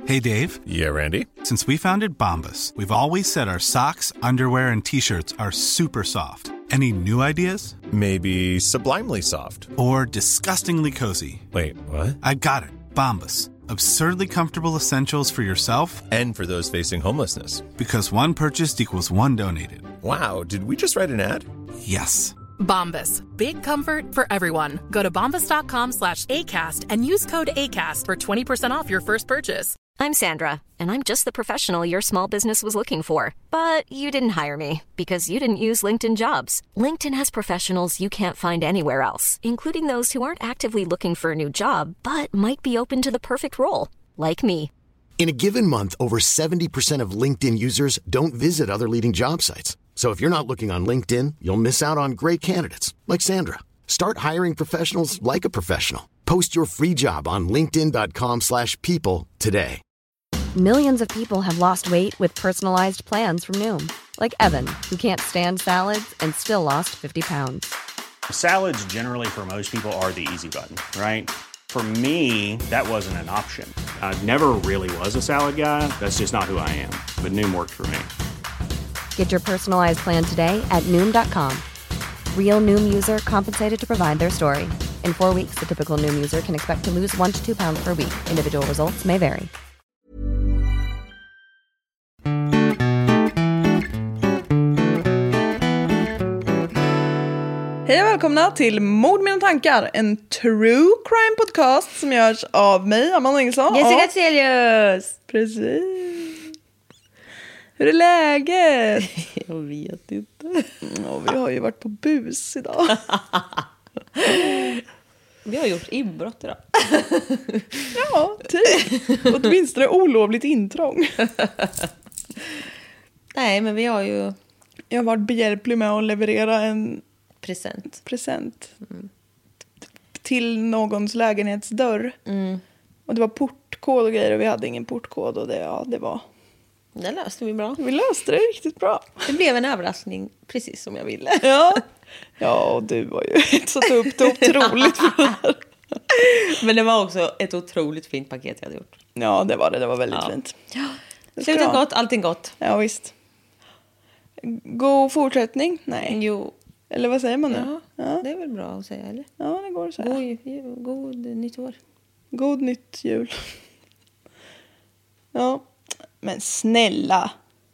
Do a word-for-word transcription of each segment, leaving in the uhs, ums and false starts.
Hey, Dave. Yeah, Randy. Since we founded Bombas, we've always said our socks, underwear, and T-shirts are super soft. Any new ideas? Maybe sublimely soft. Or disgustingly cozy. Wait, what? I got it. Bombas. Absurdly comfortable essentials for yourself and for those facing homelessness. Because one purchased equals one donated. Wow, did we just write an ad? Yes. Bombas. Big comfort for everyone. Go to bombas.com slash ACAST and use code ACAST for twenty percent off your first purchase. I'm Sandra, and I'm just the professional your small business was looking for. But you didn't hire me because you didn't use LinkedIn Jobs. LinkedIn has professionals you can't find anywhere else, including those who aren't actively looking for a new job, but might be open to the perfect role, like me. In a given month, over seventy percent of LinkedIn users don't visit other leading job sites. So if you're not looking on LinkedIn, you'll miss out on great candidates like Sandra. Start hiring professionals like a professional. Post your free job on linkedin dot com slash people today. Millions of people have lost weight with personalized plans from Noom. Like Evan, who can't stand salads and still lost fifty pounds. Salads generally for most people are the easy button, right? For me, that wasn't an option. I never really was a salad guy. That's just not who I am. But Noom worked for me. Get your personalized plan today at Noom dot com. Real Noom user compensated to provide their story. In four weeks, the typical Noom user can expect to lose one to two pounds per week. Individual results may vary. Hej och välkomna till Mord mina tankar, en true crime podcast som görs av mig, Amanda Engelsson. Jessica Celius. Precis. Hur är läget? Jag vet inte. Ja, vi har ju varit på bus idag. Vi har gjort inbrott idag. Ja, typ. Åtminstone olovligt intrång. Nej, men vi har ju... Jag har varit behjälplig med att leverera en... Present. Present. Mm. Till någons lägenhetsdörr. Mm. Och det var portkod och grejer och vi hade ingen portkod. Och det, ja, det var... Det löste vi bra. Vi löste det riktigt bra. Det blev en överraskning, precis som jag ville. Ja, ja och du var ju satt upp det otroligt för det här. Men det var också ett otroligt fint paket jag hade gjort. Ja, det var det. Det var väldigt ja. fint. Ja. Slutet gott, allting gott. Ja, visst. God fortsättning? Nej. Jo. Eller vad säger man nu? Ja, ja. Det är väl bra att säga, eller? Ja, det går att säga. God, god nytt år. God nytt jul. Ja, men snälla.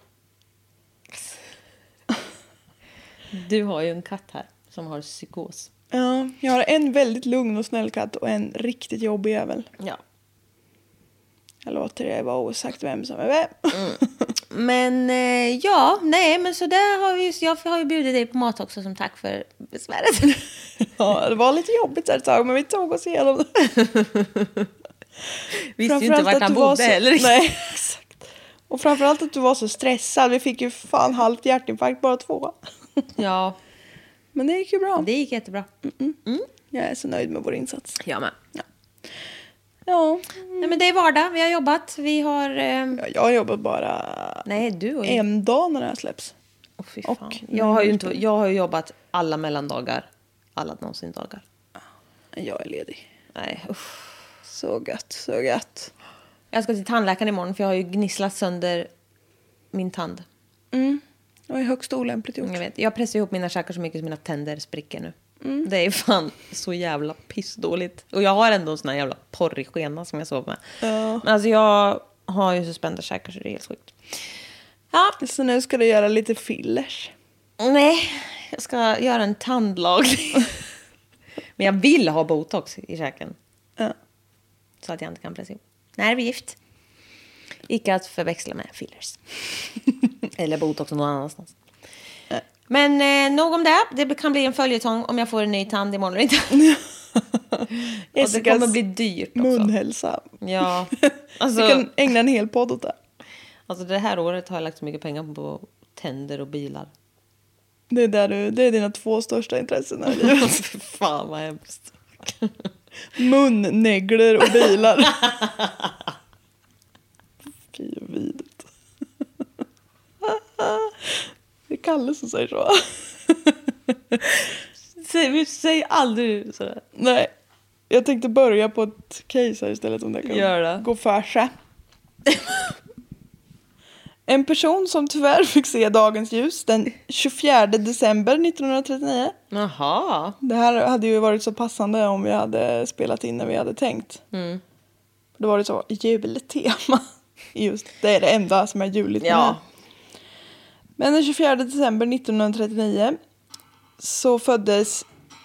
Du har ju en katt här som har psykos. Ja, jag har en väldigt lugn och snäll katt och en riktigt jobbig jävel. Ja. Jag låter det vara osagt vem som är vem. Mm. Men eh, ja, nej, men så där har vi, jag har ju bjudit dig på mat också som tack för besväret. Ja, det var lite jobbigt ett tag, men vi tog oss igenom det. Visste ju inte vart han bodde så, heller. Nej, exakt. Och framförallt att du var så stressad. Vi fick ju fan halvt hjärtinfarkt bara två. Ja. Men det gick ju bra. Det gick jättebra. Mm-mm. Mm. Jag är så nöjd med vår insats. Jag med. Ja. Ja. Mm. Nej, men det är vardag. Vi har jobbat. Vi har... Eh... Ja, jag har jobbat bara Nej, du har ju... en dag när det här släpps. Oh, fy fan. Och jag har ju inte, jag har ju jobbat alla mellandagar. Alla någonsin dagar. Jag är ledig. Nej, usch. Så gött, så gött. Jag ska till tandläkaren imorgon för jag har ju gnisslat sönder min tand. Mm. Det är högst olämpligt gjort. Jag vet. Jag pressar ihop mina käkar så mycket som mina tänder spricker nu. Mm. Det är fan så jävla pissdåligt. Och jag har ändå en sån här jävla porrig skena som jag sover med. Ja. Men alltså jag har ju så spända käkar så det är helt sjukt. Ja. Så nu ska du göra lite fillers. Nej, jag ska göra en tandlagning. Men jag vill ha botox i käken. Ja. Så att jag inte kan pressa ihop. Nervgift. Icke att förväxla med fillers. Eller botox någon annanstans. Ja. Men eh, nog om det. Det kan bli en följetong om jag får en ny tand imorgon eller inte. Och det kommer bli dyrt också. Munhälsa. Ja. Alltså, vi kan ägna en hel podd åt det. Alltså det här året har jag lagt så mycket pengar på tänder och bilar. Det är, där du, det är dina två största intressen här i livet. Fan vad hemskt. Mun, negler och bilar. Fy vidigt. Det är Kalle som säger så. Säg, säg aldrig sådär. Nej, jag tänkte börja på ett case här istället om det kan Gör det. gå för sig. En person som tyvärr fick se dagens ljus den tjugofjärde december nittonhundratrettionio. Jaha. Det här hade ju varit så passande om vi hade spelat in när vi hade tänkt. Mm. Det var det så jultema. Just det är det enda som är juligt med ja. Men den tjugofjärde december nittonhundratrettionio så föddes...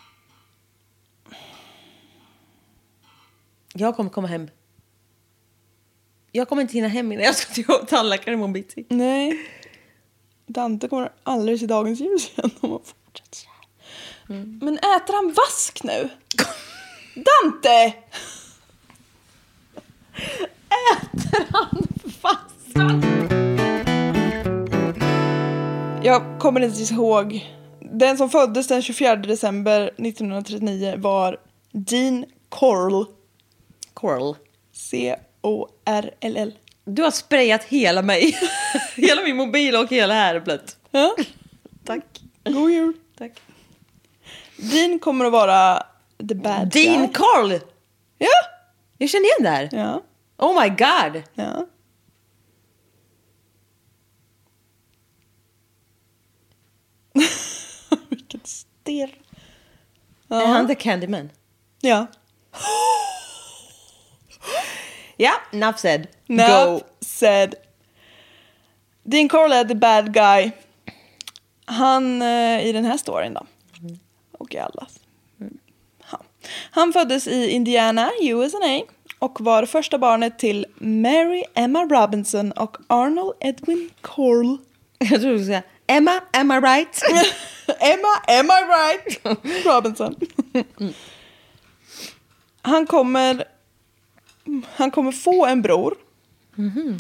Jag kommer komma hem. Jag kommer inte hinna hem innan jag ska till tandläkaren imorgon bitti. Nej. Dante kommer aldrig se dagens ljus igen om man fortsätter så här. Mm. Men äter han vask nu? Dante! Äter han vask? Jag kommer inte ihåg. Den som föddes den tjugofjärde december nittonhundratrettionio var Dean Corll. Corll. C O R L L. Du har sprayat hela mig. Hela min mobil och hela härplet. Ja. Tack. God jul. Tack. Dean kommer att vara the bad Dean guy. Corll. Ja. Jag känner igen det här. Ja. Oh my god. Ja. Vilket stirr. Ja. Är han the Candyman? Ja. Ja, enough said. Enough Go. said. Dean Corll är the bad guy. Han eh, i den här storyn då. Mm. Och i allas. Mm. Han. Han föddes i Indiana, U S A och var första barnet till Mary Emma Robinson och Arnold Edwin Corll. Jag tror du skulle säga Emma, am I right? Emma, am I right? Robinson. Mm. Han kommer han kommer få en bror. Mm-hmm.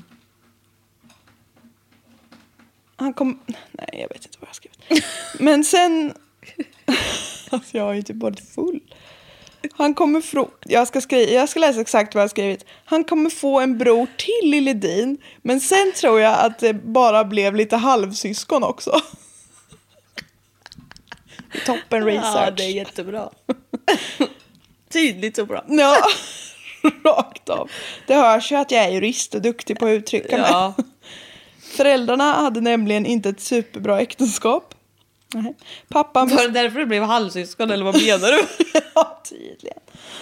Han kom nej, jag vet inte vad jag har skrivit. Men sen alltså jag är ju typ bara full. Han kommer få jag ska skriva jag ska läsa exakt vad jag har skrivit. Han kommer få en bror till Lille Dean, men sen tror jag att det bara blev lite halvsyskon också. Toppen research. Ja, det är jättebra. Tydligt så bra. Ja, rakt av. Det hörs ju att jag är jurist och duktig på att uttrycka mig. Ja. Föräldrarna hade nämligen inte ett superbra äktenskap. Nej. Pappan var det därför det blev halvsyskon, eller vad menar du? Ja, tydligen.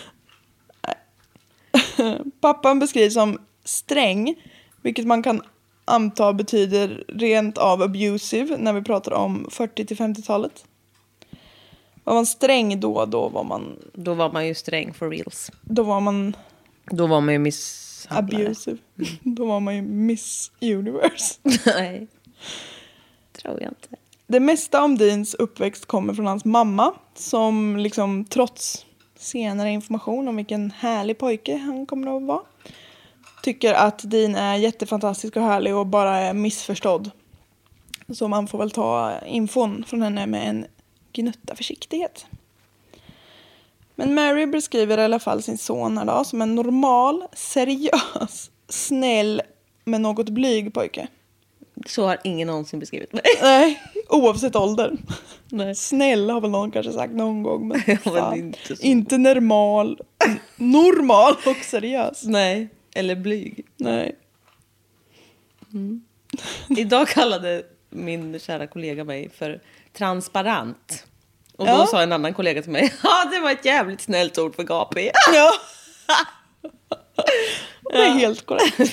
Nej. Pappan beskrivs som sträng, vilket man kan anta betyder rent av abusive när vi pratar om fyrtio till femtiotalet. Var man sträng då, då var man... Då var man ju sträng for reals. Då var man... Då var man ju misshandlare. Abusive. Mm. Då var man ju Miss Universe. Nej, tror jag inte. Det mesta om Deans uppväxt kommer från hans mamma, som liksom trots senare information om vilken härlig pojke han kommer att vara, tycker att Dean är jättefantastisk och härlig och bara är missförstådd. Så man får väl ta infon från henne med en gnutta försiktighet. Men Mary beskriver i alla fall sin son här då som en normal, seriös, snäll men något blyg pojke. Så har ingen någonsin beskrivit mig. Nej, oavsett ålder. Nej. Snäll har väl någon kanske sagt någon gång. Men, ja, fan, men inte, så. Inte normal. Normal och seriös. Nej, eller blyg. Nej. Mm. Idag kallade min kära kollega mig för transparent. Och då ja. sa en annan kollega till mig, ja, det var ett jävligt snällt ord för gapig. Ja. Det är ja. helt korrekt.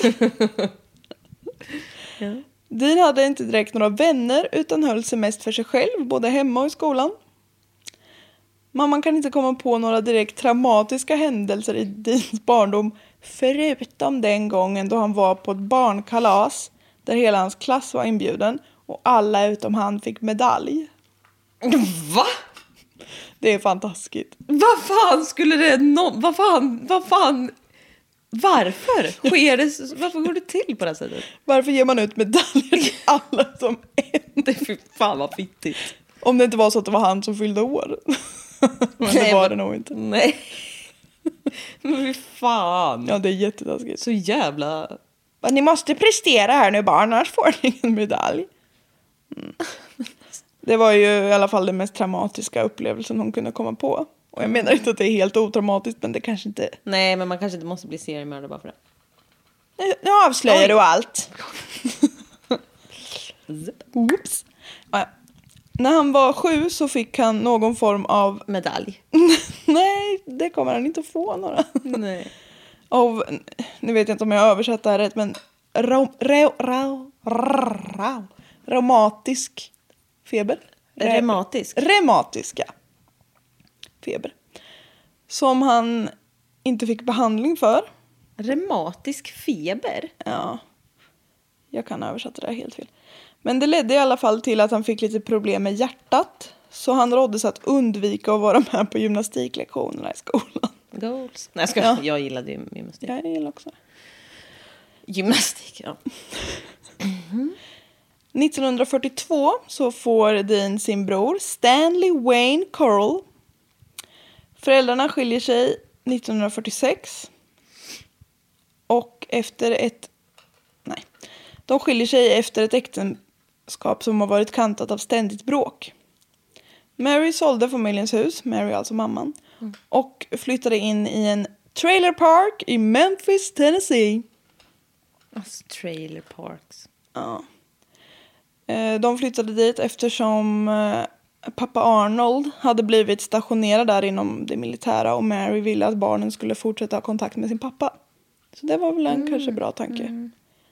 Ja. Dean hade inte direkt några vänner utan höll sig mest för sig själv, både hemma och i skolan. Mamman kan inte komma på några direkt traumatiska händelser i Deans barndom, förutom den gången då han var på ett barnkalas där hela hans klass var inbjuden och alla utom han fick medalj. Va? Det är fantastiskt. Vad fan skulle det no- vad fan vad fan varför sker det, varför går det till på det här sättet? Varför ger man ut medaljer till alla som en? Det är för fan vad fittigt. Om det inte var så att det var han som fyllde år. Men det var det nog inte. Nej. Men fy fan. Ja, det är jättetaskigt. Så jävla... Men ni måste prestera här nu barn, annars får ni ingen medalj. Mm. Det var ju i alla fall den mest traumatiska upplevelsen hon kunde komma på. Och jag menar inte att det är helt otraumatiskt, men det kanske inte... Nej, men man kanske inte måste bli seriemördare bara för det. Nu, nu avslöjar Oj. du allt. Oops. Ja. När han var sju så fick han någon form av... medalj. Nej, det kommer han inte att få några. Nej. Av, nu vet jag inte om jag har översatt det här rätt, men ro, ro, ro, ro, reumatisk feber. Reumatisk? Reumatiska feber. Som han inte fick behandling för. Reumatisk feber? Ja. Jag kan översätta det här helt fel. Men det ledde i alla fall till att han fick lite problem med hjärtat. Så han råddes att undvika att vara med på gymnastiklektionerna i skolan. Goals. Nej, jag, ska, ja. jag gillade ju gymnastik. Jag gillar också. Gymnastik, ja. Mm-hmm. nittonhundrafyrtiotvå så får Dean sin bror Stanley Wayne Coral. Föräldrarna skiljer sig nittonhundrafyrtiosex. Och efter ett... Nej. De skiljer sig efter ett äktenskap som har varit kantat av ständigt bråk. Mary sålde familjens hus, Mary alltså mamman, mm. och flyttade in i en trailer park i Memphis, Tennessee. Alltså trailer parks. Ja. De flyttade dit eftersom pappa Arnold hade blivit stationerad där inom det militära och Mary ville att barnen skulle fortsätta ha kontakt med sin pappa. Så det var väl en mm. kanske bra tanke. Mm.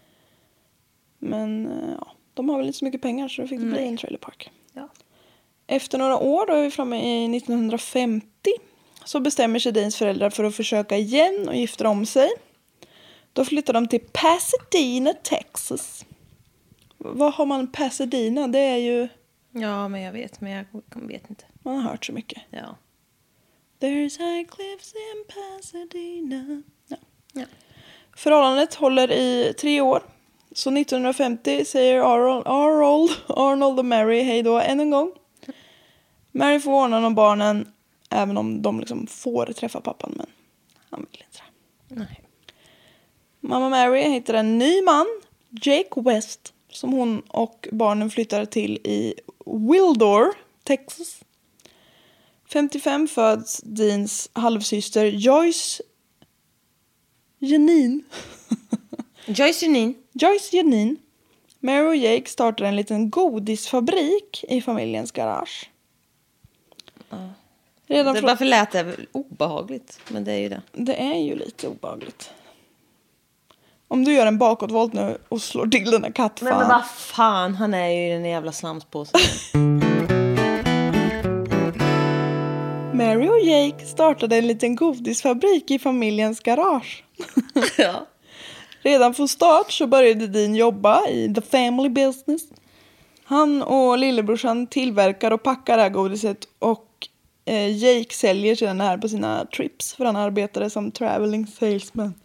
Men ja, de har väl inte så mycket pengar så det fick det bli en trailer park. Ja. Efter några år, då är vi framme i nittonhundrafemtio, så bestämmer sig Deans föräldrar för att försöka igen och gifta om sig. Då flyttar de till Pasadena, Texas. Vad har man Pasadena? Det är ju... Ja, men jag vet, men jag vet inte. Man har hört så mycket. Ja. There's high cliffs in Pasadena. Ja. Ja. Förhållandet håller i tre år. Så nittonhundrafemtio säger Arnold, Arnold, Arnold och Mary hej då än en gång. Mary får vårdnaden om barnen även om de liksom får träffa pappan, men han vill inte det. Nej. Mamma Mary hittar en ny man, Jake West, som hon och barnen flyttar till i Wildor, Texas. femtiofem föds Deans halvsyster Joyce Janine. Joyce Janine. Joyce Janine. Mary och Jake startar en liten godisfabrik i familjens garage. Ja. Redan det, från... Varför lät det obehagligt? Men det är ju det. Det är ju lite obehagligt. Om du gör en bakåtvolt nu och slår till den här kattfan. Men, men vad fan, han är ju i den jävla slamspåsen. Mary och Jake startade en liten godisfabrik i familjens garage. Ja. Redan från start så började Dean jobba i the family business. Han och lillebrorsan tillverkar och packar det här godiset och eh, Jake säljer sedan här på sina trips för han arbetade som traveling salesman.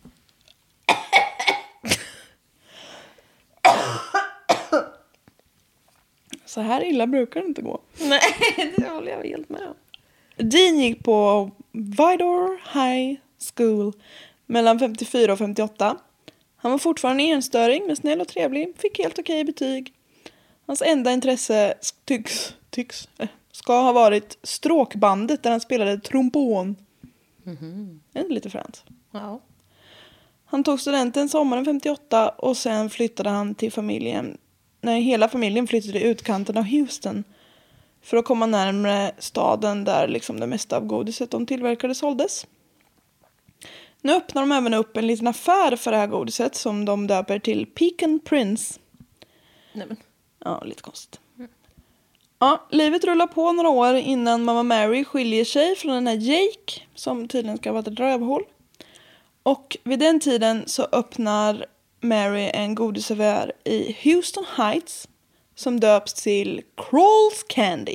Så här illa brukar det inte gå. Nej, det håller jag helt med om. Dean gick på Vidor High School mellan femtiofyra och femtioåtta. Han var fortfarande enstöring men snäll och trevlig. Fick helt okej betyg. Hans enda intresse tycks, tycks, ska ha varit stråkbandet där han spelade trombon. Mm-hmm. Det är lite fränt. Ja. Han tog studenten sommaren femtioåtta och sen flyttade han till familjen. Nej, hela familjen flyttade i utkanten av Houston. För att komma närmare staden där liksom det mesta av godiset de tillverkade såldes. Nu öppnar de även upp en liten affär för det här godiset som de döper till Pecan Prince. Nej men. Ja, lite konstigt. Mm. Ja, livet rullar på några år innan mamma Mary skiljer sig från den här Jake som tydligen ska vara ett rövhål. Och vid den tiden så öppnar Mary en godisaffär i Houston Heights som döps till Kroll's Candy.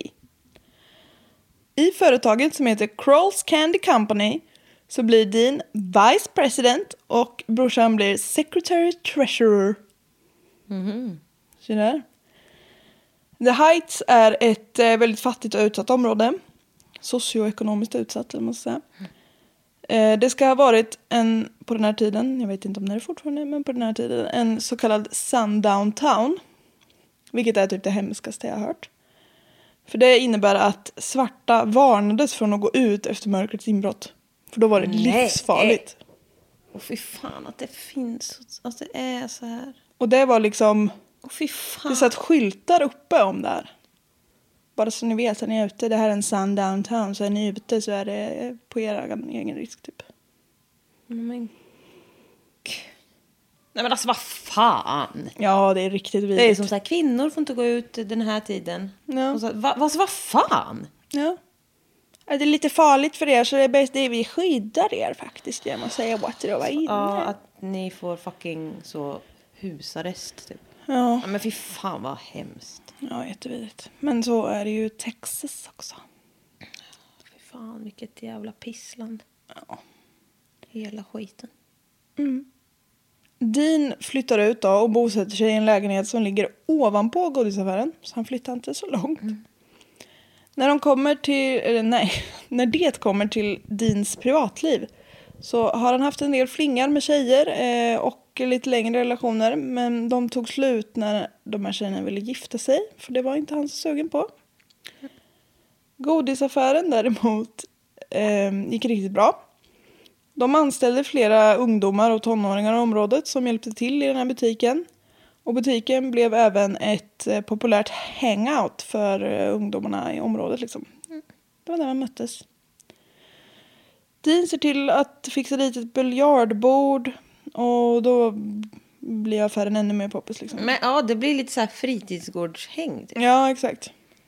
I företaget som heter Kroll's Candy Company så blir Dean vice president och brorsan blir secretary treasurer. Mhm. Så där. The Heights är ett eh, väldigt fattigt och utsatt område. Socioekonomiskt utsatt, eller man ska säga. Eh, det ska ha varit en, på den här tiden, jag vet inte om det är fortfarande, men på den här tiden, en så kallad sundown town. Vilket är typ det hemskaste jag har hört. För det innebär att svarta varnades från att gå ut efter mörkrets inbrott. För då var det livsfarligt. Och fy fan att det finns, att det är så här. Och det var liksom, Och fy fan. det satt skyltar uppe om det här. Bara så ni vet att ni är ute, det här är en sun downtown, så är ni ute så är det på er egen risk typ. Men... Nej men alltså vad fan. Ja, det är riktigt vidrigt. Det är som så här, kvinnor får inte gå ut den här tiden. Ja. Och så, va, alltså vad fan. Ja. Det är lite farligt för er, så det är bäst det vi skyddar er faktiskt genom att säga what det var inne. Ja, att ni får fucking så husarrest typ. Ja. Ja men fy fan vad hemskt. Ja, jättevidrigt. Men så är det ju Texas också. Fy fan, vilket jävla pissland. Ja. Hela skiten. Mm. Dean flyttar ut då och bosätter sig i en lägenhet som ligger ovanpå godisaffären. Så han flyttar inte så långt. Mm. När de kommer till, eller nej, när det kommer till Deans privatliv så har han haft en del flingar med tjejer eh, och lite längre relationer. Men de tog slut när de här tjejerna ville gifta sig. För det var inte han så sugen på. Godisaffären däremot eh, gick riktigt bra. De anställde flera ungdomar och tonåringar i området som hjälpte till i den här butiken. Och butiken blev även ett eh, populärt hangout för eh, ungdomarna i området. Liksom. Det var där man möttes. Dean ser till att fixa dit ett biljardbord. Och då blir affären ännu mer poppis. Liksom. Men ja, det blir lite så här fritidsgårdshäng. Typ. Ja, exakt.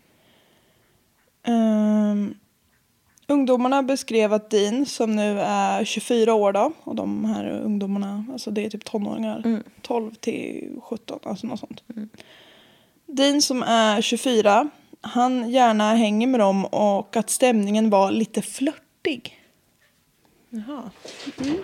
Um, ungdomarna beskrev att Dean, som nu är tjugofyra år då, och de här ungdomarna, alltså det är typ tonåringar, mm. tolv till sjutton, alltså något sånt. Mm. Dean som är tjugofyra, han gärna hänger med dem och att stämningen var lite flörtig. Jaha. Mm.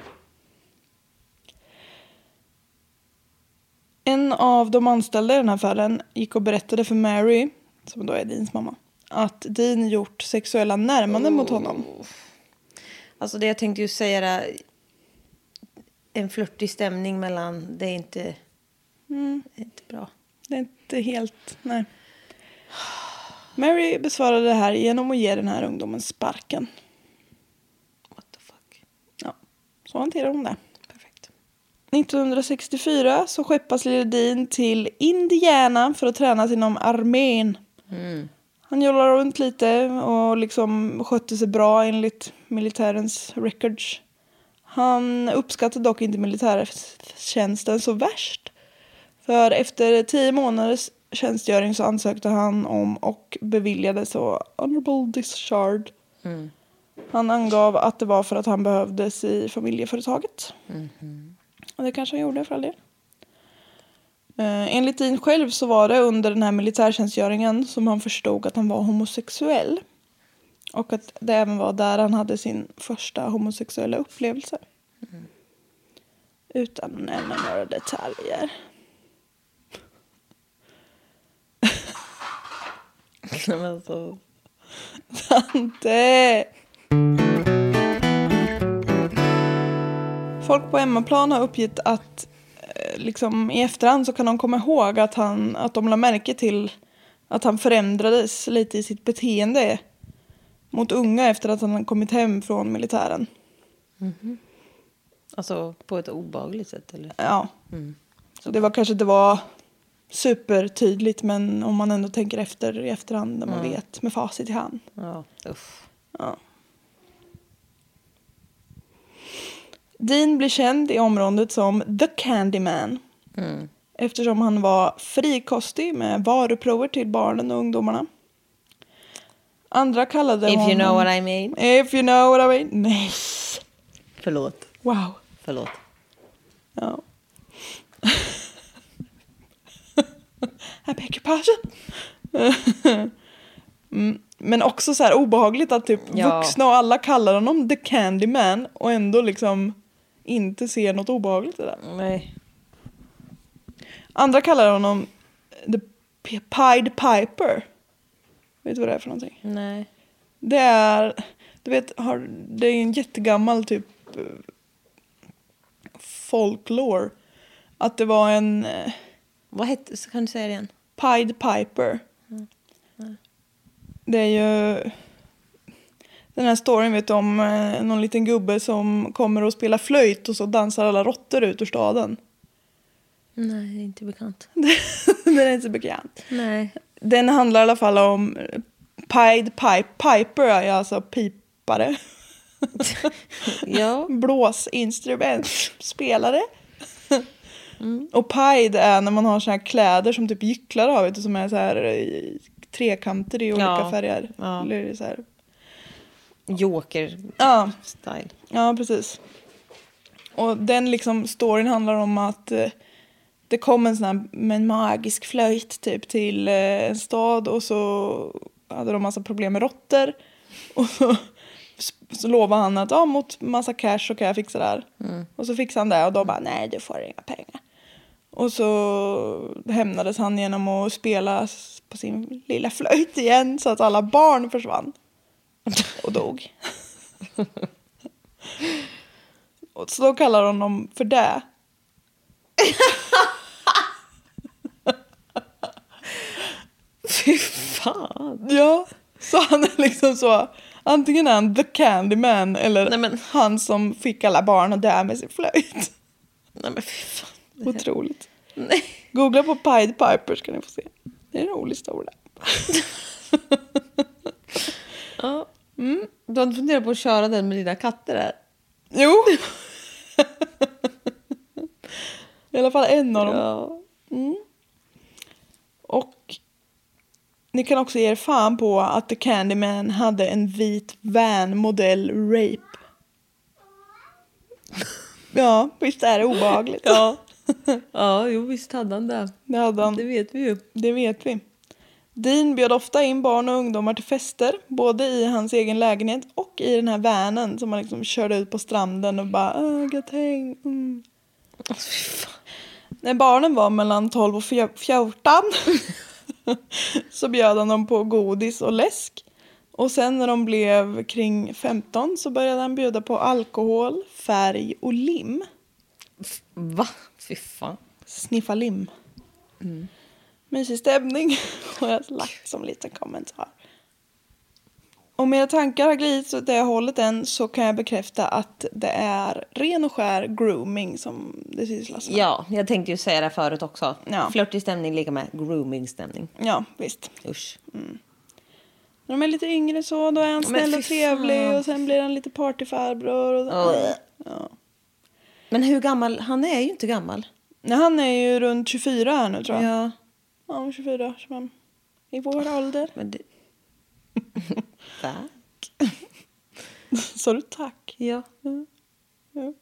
En av de anställda i den här affären gick och berättade för Mary, som då är Deans mamma, att Dean gjort sexuella närmanden oh. mot honom. Alltså det jag tänkte ju säga där, en flörtig stämning mellan, det är inte, mm. det är inte bra. Det är inte helt, nej. Mary besvarade det här genom att ge den här ungdomen sparken. What the fuck? Ja, så hanterar hon det. Perfekt. nittonhundrasextiofyra så skeppas lille Dean till Indiana för att träna inom armén. Mm. Han jollade runt lite och liksom skötte sig bra enligt militärens records. Han uppskattade dock inte militärtjänsten så värst. För efter tio månaders tjänstgöring så ansökte han om och beviljade så honorable discharge. Mm. Han angav att det var för att han behövdes i familjeföretaget. Mm. Och det kanske han gjorde för all del. Uh, enligt Dean själv så var det under den här militärtjänstgöringen som han förstod att han var homosexuell. Och att det även var där han hade sin första homosexuella upplevelse. Mm. Utan att nämna några detaljer. Men så... Tante! Folk på hemmaplan har uppgett att liksom, i efterhand så kan de komma ihåg att, han, att de la märke till att han förändrades lite i sitt beteende mot unga efter att han kommit hem från militären. Mm-hmm. Alltså på ett obehagligt sätt? Eller? Ja. Mm. Så det var kanske inte var supertydligt, men om man ändå tänker efter i efterhand när man mm. vet med facit i hand. Ja, uff. Ja. Dean blir känd i området som The Candyman. Mm. Eftersom han var frikostig med varuprover till barnen och ungdomarna. Andra kallade If honom... you know what I mean. If you know what I mean. Nej. Förlåt. Wow. Förlåt. Ja. I beg your pardon. mm. Men också så här obehagligt att typ ja. vuxna och alla kallar honom The Candyman och ändå liksom inte ser något obehagligt i det. Nej. Andra kallar honom The Pied Piper. Vet du vad det är för någonting? Nej. Det är, du vet, har, det är en jättegammal typ folklore. Att det var en... Vad hette, så kan du säga det igen? Pied Piper. Mm. Mm. Det är ju... Den här storyn vet du om eh, någon liten gubbe som kommer och spelar flöjt och så dansar alla råttor ut ur staden. Nej, det är inte bekant. Den är inte så bekant. Nej. Den handlar i alla fall om Pied Pipe. Piper är alltså pipare. Ja. Blåsinstrument. Spelare. Mm. Och pied är när man har så här kläder som typ gycklar har, vet du, som är så här i trekanter i olika ja. färger. Ja. Eller så här. Joker-style. Ja. Ja, precis. Och den liksom storyn handlar om att eh, det kom en sån här med en magisk flöjt typ till eh, en stad och så hade de massa problem med råttor. Och så, så lovade han att ja, mot massa cash så kan jag fixa det här. Mm. Och så fixade han det och då bara nej, du får inga pengar. Och så hämnades han genom att spela på sin lilla flöjt igen så att alla barn försvann. Och dog. Och så då kallar de honom för det. Fy fan. Ja, så han är liksom så. Antingen är han the Candyman eller Nej, men... han som fick alla barn att dö med sin flöjt. Nej men fy fan. Otroligt. Nej. Googla på Pied Piper ska ni få se. Det är en rolig historia. Ja. Mm. Du har inte funderat på att köra den med dina katter där? Jo. I alla fall en av dem. Ja. Mm. Och ni kan också ge er fan på att The Candyman hade en vit van-modell Rape. Ja, visst är det obehagligt. Ja. Ja, jo visst hade han det. Det hade han. Det vet vi ju. Det vet vi. Dean bjöd ofta in barn och ungdomar till fester, både i hans egen lägenhet och i den här vanen som man liksom körde ut på stranden och bara gött häng. Mm. Oh, fy fan. När barnen var mellan tolv och fjorton så bjöd han dem på godis och läsk. Och sen när de blev kring femton så började han bjuda på alkohol, färg och lim. Va? Fy fan. Sniffa lim. Mm. Mysig stämning. Och jag har lagt som liten kommentar. Om mina tankar har glidit åt det hållet än så kan jag bekräfta att det är ren och skär grooming som det sysslas med. Ja, jag tänkte ju säga det förut också. Ja. Flörtig stämning ligger med grooming-stämning. Ja, visst. Usch. Mm. När de är lite yngre så, då är han snäll och trevlig och sen blir han lite partyfarbror. Och oh. Ja. Men hur gammal? Han är ju inte gammal. Nej, han är ju runt tjugofyra här nu tror jag. Ja. Ja, tjugofyra, tjugofem. I vår ålder. Men det... Tack. Sa du tack? Ja. Mm. Ja.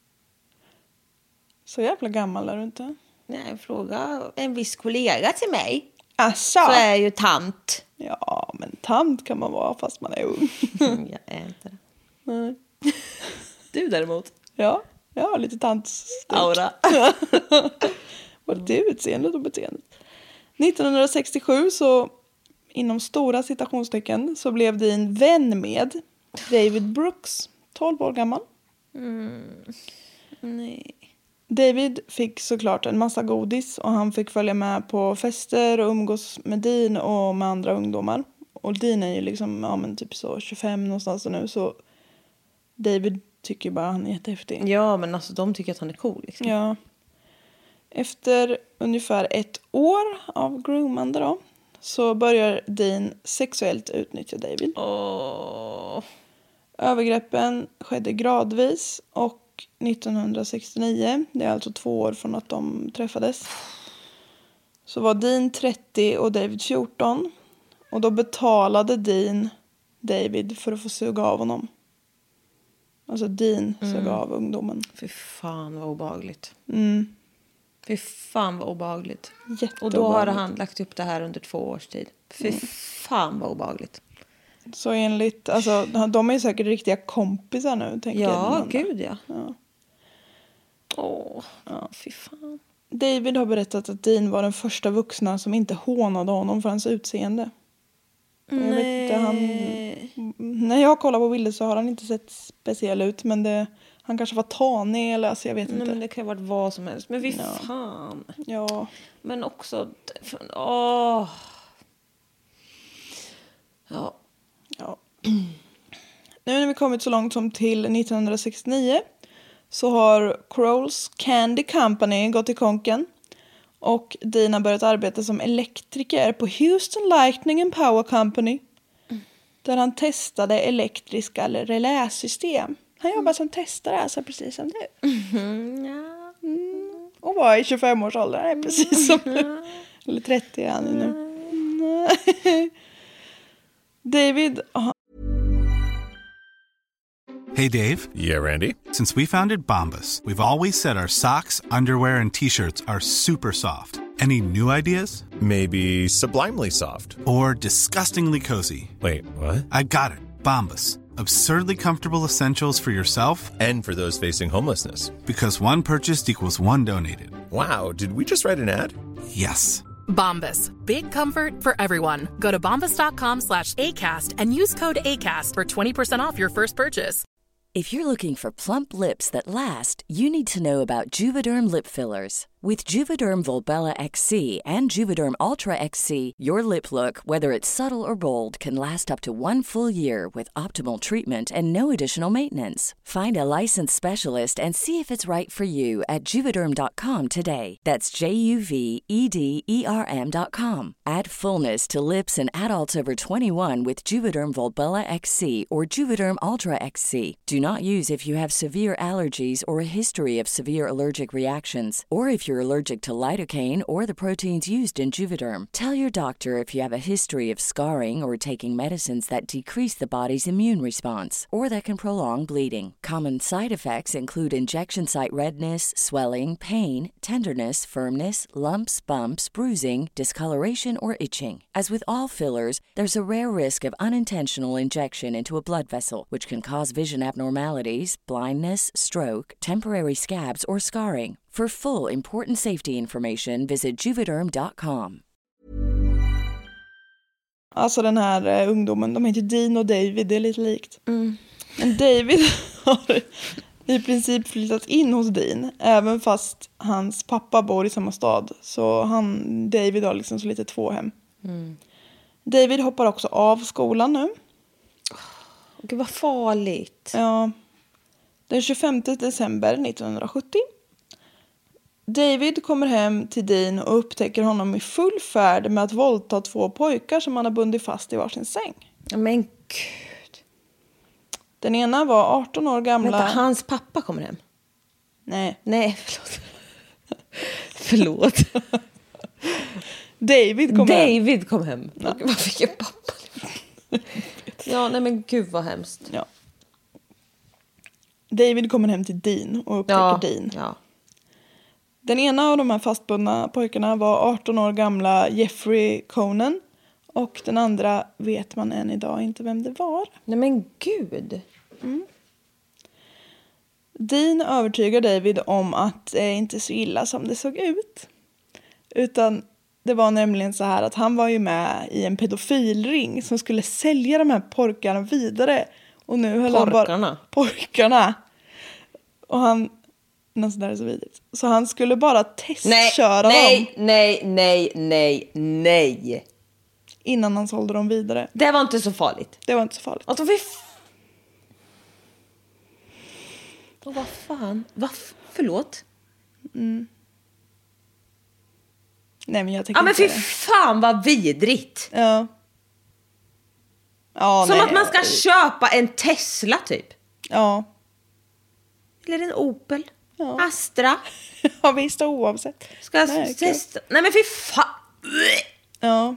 Så jävla gammal är du inte? Nej, fråga en viss kollega till mig. Asså? Så är ju tant. Ja, men tant kan man vara fast man är ung. Jag är inte det. Nej. Du däremot? Ja, jag har lite tants aura. Både det utseendet och beteendet. nittonhundrasextiosju så, inom stora citationstecken, så blev Dean vän med David Brooks, tolv år gammal. Mm. Nej. David fick såklart en massa godis och han fick följa med på fester och umgås med Dean och med andra ungdomar. Och Dean är ju liksom, ja men typ så tjugofem någonstans nu, så David tycker bara han är jättehäftig. Ja, men alltså de tycker att han är cool liksom. Ja. Efter ungefär ett år av groomande då, så börjar Dean sexuellt utnyttja David. Åh. Övergreppen skedde gradvis och nittonhundrasextionio, det är alltså två år från att de träffades, så var Dean trettio och David fjorton. Och då betalade Dean David för att få suga av honom. Alltså Dean mm. sög av ungdomen. Fy fan vad obehagligt. Mm. Fy fan vad obehagligt. Och då har han lagt upp det här under två års tid. Fy mm. fan vad obehagligt. Så enligt, alltså de är säkert riktiga kompisar nu, tänker jag. Ja, gud ja. Ja. Åh, ja. Fy fan. David har berättat att Dean var den första vuxna som inte hånade honom för hans utseende. Jag Nej. vet inte, han, när jag kollar på bilder så har han inte sett speciell ut, men det, han kanske var tanig eller alltså, jag vet Nej, inte. Men det kan ha varit vad som helst. Men vi ja. fan. Ja. Men också, åh. Ja. Ja. Nu när vi kommit så långt som till nittonhundrasextionio så har Crowell's Candy Company gått i konken. Och Dean har börjat arbeta som elektriker på Houston Lightning and Power Company. Mm. Där han testade elektriska reläsystem. Han jobbar som testare, alltså precis som du. Mm, ja. Mm. Och var i tjugofem-årsåldern, precis som du. Eller trettio är han nu. Mm. David... Hey, Dave. Yeah, Randy. Since we founded Bombas, we've always said our socks, underwear, and T-shirts are super soft. Any new ideas? Maybe sublimely soft. Or disgustingly cozy? Wait, what? I got it. Bombas. Absurdly comfortable essentials for yourself And for those facing homelessness. Because one purchased equals one donated. Wow, did we just write an ad? Yes. Bombas. Big comfort for everyone. Go to bombas.com slash ACAST and use code ACAST for twenty percent off your first purchase. If you're looking for plump lips that last, you need to know about Juvederm lip fillers. With Juvederm Volbella X C and Juvederm Ultra X C, your lip look, whether it's subtle or bold, can last up to one full year with optimal treatment and no additional maintenance. Find a licensed specialist and see if it's right for you at juvederm dot com today. That's J U V E D E R M dot com. Add fullness to lips in adults over twenty-one with Juvederm Volbella X C or Juvederm Ultra X C. Do not use if you have severe allergies or a history of severe allergic reactions, or if you're allergic to lidocaine or the proteins used in Juvederm. Tell your doctor if you have a history of scarring or taking medicines that decrease the body's immune response or that can prolong bleeding. Common side effects include injection site redness, swelling, pain, tenderness, firmness, lumps, bumps, bruising, discoloration, or itching. As with all fillers, there's a rare risk of unintentional injection into a blood vessel, which can cause vision abnormalities, blindness, stroke, temporary scabs, or scarring. For full important safety information, visit juvederm dot com. Alltså den här uh, ungdomen, de heter Dean och David, det är lite likt. Mm. Men David har i princip flyttat in hos Dean, även fast hans pappa bor i samma stad. Så han, David har liksom så lite två hem. Mm. David hoppar också av skolan nu. Gud, vad farligt. Ja. Den tjugofemte december nittonhundrasjuttio. David kommer hem till Dean och upptäcker honom i full färd med att våldta två pojkar som han har bundit fast i varsin säng. Men gud. Den ena var arton år gamla. Vänta, hans pappa kommer hem? Nej. Nej, förlåt. Förlåt. David kom hem. David kom hem. Ja. Vad fick jag pappa? Ja, nej men gud vad hemskt. Ja. David kommer hem till Dean och upptäcker ja, Dean. Ja. Den ena av de här fastbundna pojkarna var arton år gamla Jeffrey Conan. Och den andra vet man än idag inte vem det var. Nej men gud. Mm. Dean övertygar David om att det inte är så illa som det såg ut. Utan det var nämligen så här att han var ju med i en pedofilring som skulle sälja de här pojkarna vidare. Och nu höll han bara... Pojkarna. Och han... Något sådär så vidrigt. Så han skulle bara testköra nej, dem. Nej, nej, nej, nej, nej. Innan han sålde dem vidare. Det var inte så farligt. Det var inte så farligt. Alltså, vi... Och vad fan? Vad f- Förlåt? Mm. Nej, men jag tänker Ja, men fy det. fan vad vidrigt. Ja. Ja, som nej. att man ska köpa en Tesla typ. Ja. Eller en Opel. Ja. Astra. Ja, visst, oavsett. Ska jag nej, testa? Nej, men fy fan. Ja.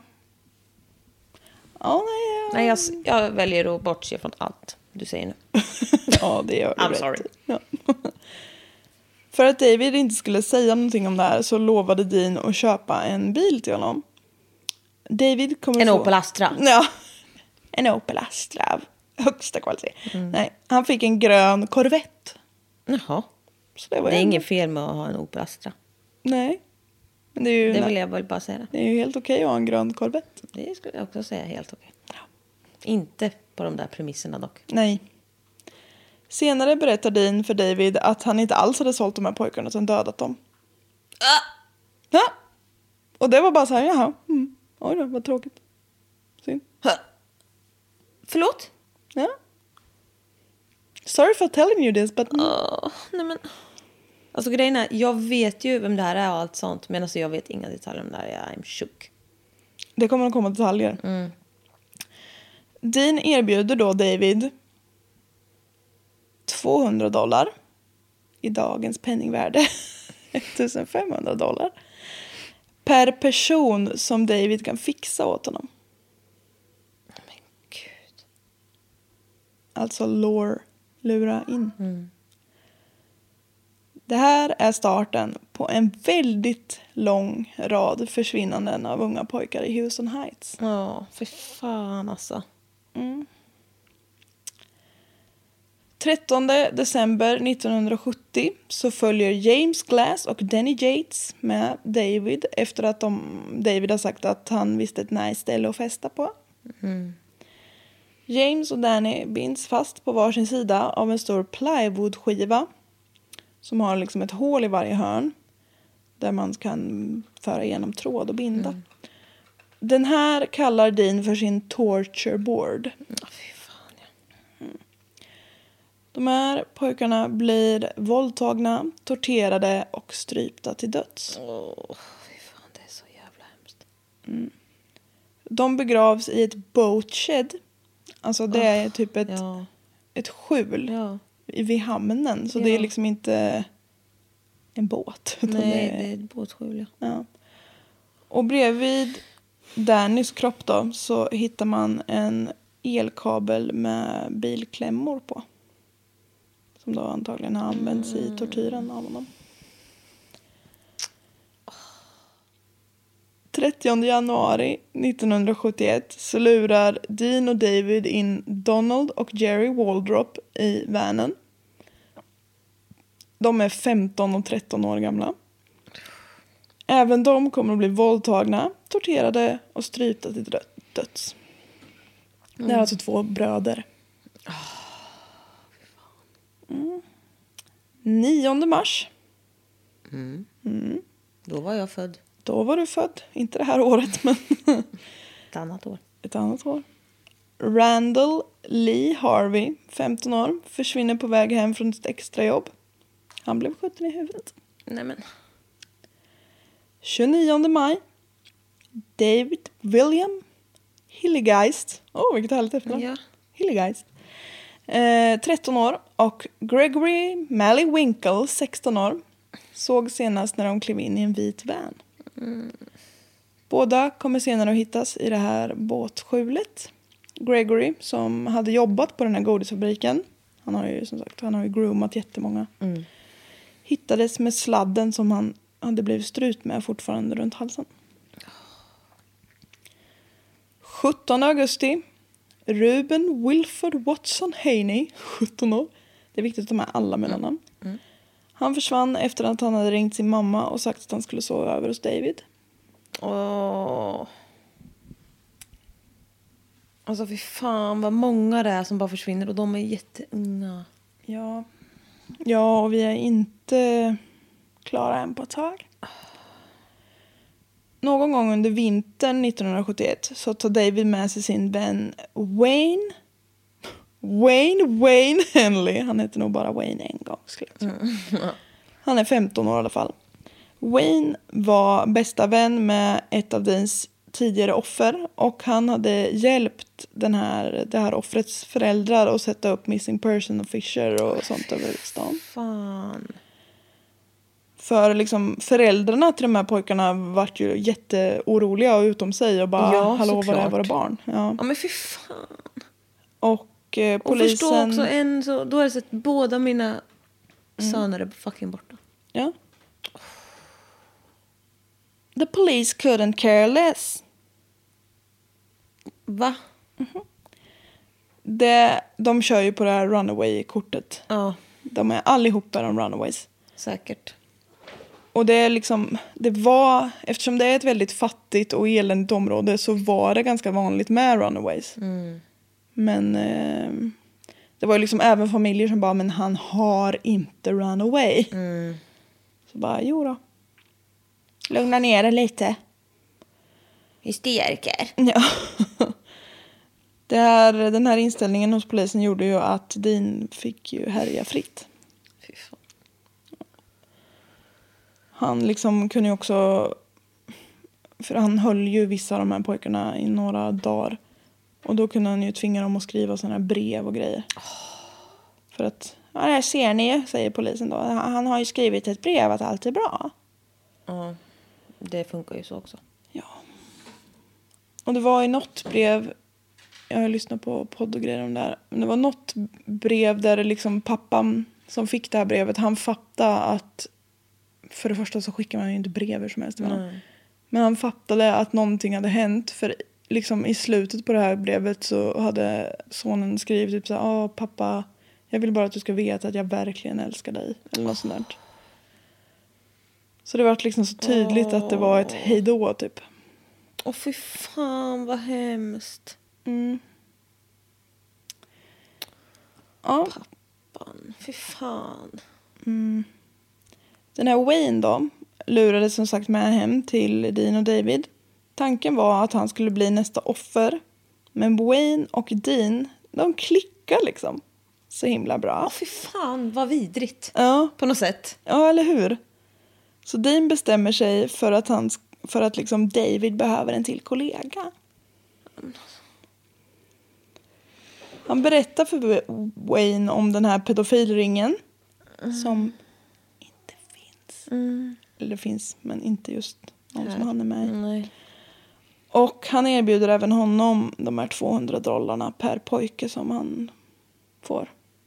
Ja, nej. Ja. Nej, jag, jag väljer att bortse från allt du säger nu. Ja, det gör du. I'm rätt. sorry. Ja. För att David inte skulle säga någonting om det här så lovade Dean att köpa en bil till honom. David kommer en få... Opel Astra. Ja, en Opel Astra av högsta kvalitet. Mm. Nej, han fick en grön Corvette. Jaha. Så det var det är en... inget fel med att ha en Opel Astra. Nej. Men det är ju... Det vill jag väl bara säga. Det är ju helt okej att ha en grön Corvette. Det skulle jag också säga helt okej. Ja. Inte på de där premisserna dock. Nej. Senare berättar Dean för David att han inte alls hade sålt de här pojkarna utan dödat dem. Ah! Ja. Och det var bara så här, jaha. Mm. Oj då, vad tråkigt. Synd. Förlåt? Ja. Sorry for telling you this, but... Oh, nej men... Alltså grejen är, jag vet ju vem det här är och allt sånt. Men alltså jag vet inga detaljer om det här. I'm shook. Det kommer att komma detaljer. Mm. Dean erbjuder då David tvåhundra dollar i dagens penningvärde. femtonhundra dollar. Per person som David kan fixa åt honom. Men gud. Alltså lure, lura in. Mm. Det här är starten på en väldigt lång rad försvinnanden av unga pojkar i Houston Heights. Ja, för fan alltså. Mm. trettonde december nittonhundrasjuttio så följer James Glass och Danny Yates med David efter att de, David har sagt att han visste ett nice ställe att festa på. Mm. James och Danny binds fast på varsin sida av en stor plywoodskiva som har liksom ett hål i varje hörn där man kan föra igenom tråd och binda. Mm. Den här kallar Dean för sin torture board. Ja, fy fan, ja. Mm. De här pojkarna blir våldtagna, torterade och strypta till döds. Åh, oh, fy fan, det är så jävla hemskt. Mm. De begravs i ett boat shed. Alltså det är oh, typ ett, ja. ett skjul ja. vid hamnen. Så ja. det är liksom inte en båt. Nej, det är, det är ett båtskjul, ja. ja. Och bredvid Dannys kropp då så hittar man en elkabel med bilklämmor på. Som då antagligen har använts i tortyren av honom. trettionde januari nittonhundrasjuttioett så lurar Dean och David in Donald och Jerry Waldrop i vanen. De är femton och tretton år gamla. Även de kommer att bli våldtagna, torterade och strypta till döds. Mm. Det är alltså två bröder. Mm. nionde mars. Mm. Mm. Då var jag född. Då var du född. Inte det här året, men... Ett annat år. Ett annat år. Randall Lee Harvey, femton år, försvinner på väg hem från ett extrajobb. Han blev skjuten i huvudet. Nej men... tjugonionde maj. David William Hilligeist. Åh, oh, vilket härligt efternamn. Ja. Hilligeist. Eh, tretton år. Och Gregory Malley-Winkle, sexton år. Såg senast när de klev in i en vit van. Mm. Båda kommer senare att hittas i det här båtskjulet. Gregory, som hade jobbat på den här godisfabriken. Han har ju som sagt, han har ju groomat jättemånga. Mm. Hittades med sladden som han hade blivit strut med fortfarande runt halsen. sjuttonde augusti. Ruben Wilford Watson Haney, sjutton år. Det är viktigt att ta med alla mellannamn. Mm. Mm. Han försvann efter att han hade ringt sin mamma och sagt att han skulle sova över hos David. Åh. Alltså fy fan vad många det är som bara försvinner och de är jätteunga. Ja. Ja, och vi är inte klara än på ett tag. Någon gång under vintern nittonhundrasjuttioett så tar David med sig sin vän Wayne. Wayne Wayne Henley. Han heter nog bara Wayne en gång. Mm. Han är femton år i alla fall. Wayne var bästa vän med ett av Deans tidigare offer. Och han hade hjälpt den här, det här offrets föräldrar att sätta upp missing person affisher och sånt över stan. Fan. För liksom föräldrarna till de här pojkarna vart ju jätteoroliga och utom sig och bara, ja, hallå, vad är våra barn? Ja. Ja, men fy fan. Och eh, polisen... Och förstå också en, så, då har jag sett båda mina mm. söner är fucking borta. Ja. The police couldn't care less. Va? Mm-hmm. Det, de kör ju på det här runaway-kortet. Ja. De är allihopa de runaways. Säkert. Och det är liksom, det var, eftersom det är ett väldigt fattigt och eländigt område så var det ganska vanligt med runaways. Mm. Men eh, det var ju liksom även familjer som bara, men han har inte run away. Mm. Så bara, jo då. Lugna ner det lite. Hysteriker. Ja. Det här, den här inställningen hos polisen gjorde ju att Dean fick ju härja fritt. Fy fan. Han liksom kunde ju också... För han höll ju vissa av de här pojkarna i några dagar. Och då kunde han ju tvinga dem att skriva såna här brev och grejer. Oh. För att, ja, det här ser ni ju, säger polisen då. Han har ju skrivit ett brev att allt är bra. Ja, uh, det funkar ju så också. Ja. Och det var i något brev, jag har lyssnat på podd och grejer om det här. Men det var något brev där det liksom pappan som fick det här brevet, han fattade att, för det första så skickar man ju inte brev hur som helst. Mm. Men han fattade att någonting hade hänt, för liksom i slutet på det här brevet så hade sonen skrivit typ så här: "Ja, pappa, jag vill bara att du ska veta att jag verkligen älskar dig." Eller något sånt där. Så det var liksom så tydligt oh. att det var ett hejdå typ. Åh, oh, fy fan vad hemskt. Mm. Ja. Pappan, fy fan. Mm. Den här Wayne då lurade som sagt med hem till Dean och David. Tanken var att han skulle bli nästa offer. Men Wayne och Dean, de klickar liksom så himla bra. Åh, fy fan, vad vidrigt. Ja. På något sätt. Ja, eller hur? Så Dean bestämmer sig för att, han, för att liksom David behöver en till kollega. Han berättar för Wayne om den här pedofilringen. Mm. Som inte finns. Mm. Eller det finns, men inte just någon här som han är med i. Nej. Och han erbjuder även honom de här tvåhundra dollarna per pojke som han får.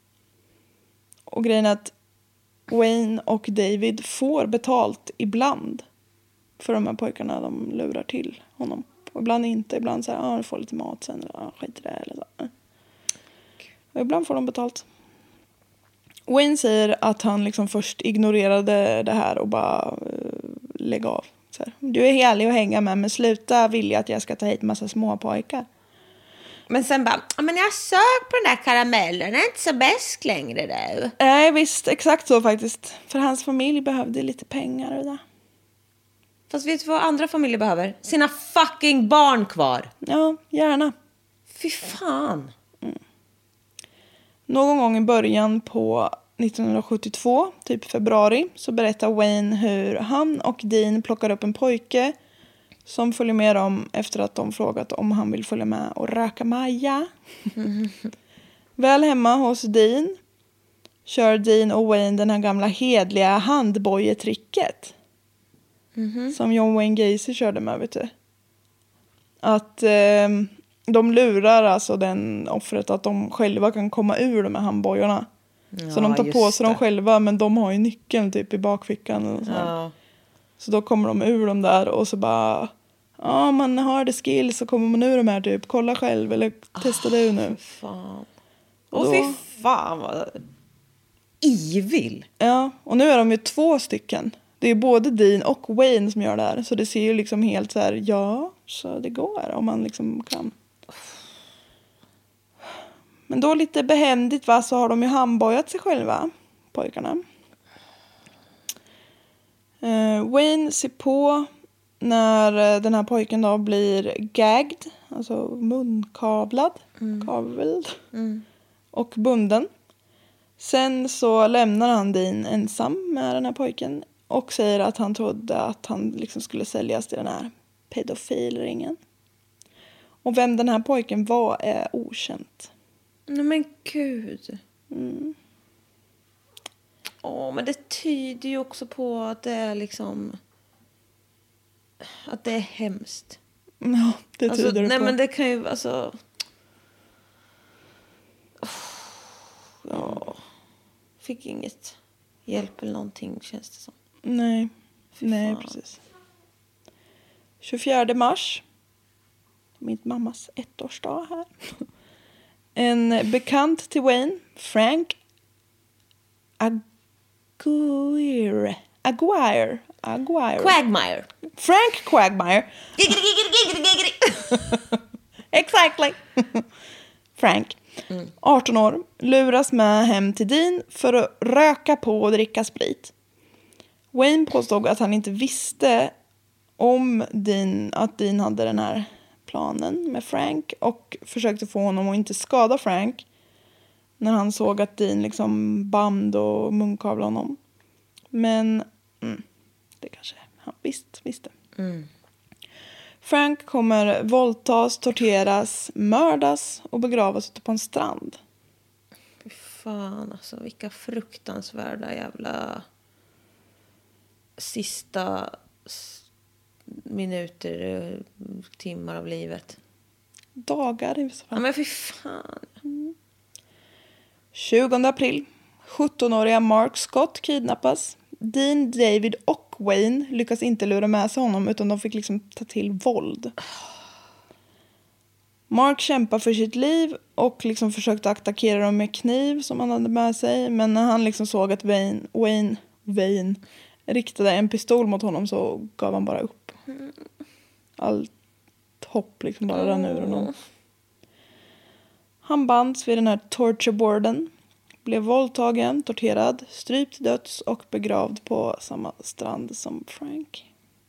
Och grejen är att Wayne och David får betalt ibland för de här pojkarna de lurar till honom. Och ibland inte, ibland så här, ja, du får lite mat sen, eller ja, skit i det, eller så. Och ibland får de betalt. Wayne säger att han liksom först ignorerade det här och bara uh, lägga av. Så här, du är helig att hänga med, men sluta vilja att jag ska ta hit massa små pojkar. Men sen bara, men jag sög på den där karamellen, den är inte så bäst längre du. Nej, visst, exakt så faktiskt. För hans familj behövde lite pengar och det. Fast vet du vad andra familjer behöver? Sina fucking barn kvar. Ja, gärna. Fy fan. Mm. Någon gång i början på nittonhundrasjuttiotvå, typ februari, så berättar Wayne hur han och Dean plockar upp en pojke som följer med dem efter att de frågat om han vill följa med och röka Maja. Mm. Väl hemma hos Dean kör Dean och Wayne den här gamla hedliga handbojetricket. Mm. Som John Wayne Gacy körde med, vet du. Att eh, de lurar alltså den offret att de själva kan komma ur de här handbojorna. Ja, så de tar på sig dem själva, men de har ju nyckeln typ i bakfickan. Och så. Ja. Så då kommer de ur dem där och så bara, ja, man har det skill så kommer man ur de här typ, kolla själv eller testa oh, det nu. Fan. Och fy fan vad evil. Ja, och nu är de ju två stycken. Det är både Dean och Wayne som gör det här. Så det ser ju liksom helt så här, ja, så det går om man liksom kan. Men då lite behändigt, va, så har de ju handbojat sig själva, pojkarna. Uh, Wayne ser på när den här pojken då blir gagged, alltså munkavlad, mm. kavlad, mm. och bunden. Sen så lämnar han Dean ensam med den här pojken och säger att han trodde att han liksom skulle säljas till den här pedofilringen. Och vem den här pojken var är okänt. Nej men gud. Mm. Åh, men det tyder ju också på att det är liksom, att det är hemskt. Ja, det tyder alltså, det nej, på. men det kan ju, alltså, oh, ja, fick inget hjälp eller någonting, känns det som. Nej, Fy nej fan. Precis. tjugofjärde mars, min mammas ettårsdag här. En bekant till Wayne, Frank Aguirre. Aguirre. Aguirre. Quagmire. Frank Quagmire. Giggity, giggity, giggity, giggity. Exactly. Frank, mm. arton år, luras med hem till Dean för att röka på och dricka sprit. Wayne påstod att han inte visste om Dean, att Dean hade den här planen med Frank och försökte få honom att inte skada Frank när han såg att Dean liksom band och munkavlade honom. Men mm, det kanske han visst visste. Mm. Frank kommer våldtas, torteras, mördas och begravas ute på en strand. Fy fan alltså, vilka fruktansvärda jävla sista minuter, timmar av livet. Dagar i vissa fall. Ja, men fy fan. Mm. tjugonde april. sjuttonåriga Mark Scott kidnappas. Dean, David och Wayne lyckas inte lura med sig honom utan de fick liksom ta till våld. Mark kämpar för sitt liv och liksom försökte attackera dem med kniv som han hade med sig. Men när han liksom såg att Wayne, Wayne, Wayne riktade en pistol mot honom så gav han bara upp. Allt hopp liksom bara rann ur honom. Han bands vid den här tortureboarden. Blev våldtagen, torterad, strypt till döds och begravd på samma strand som Frank.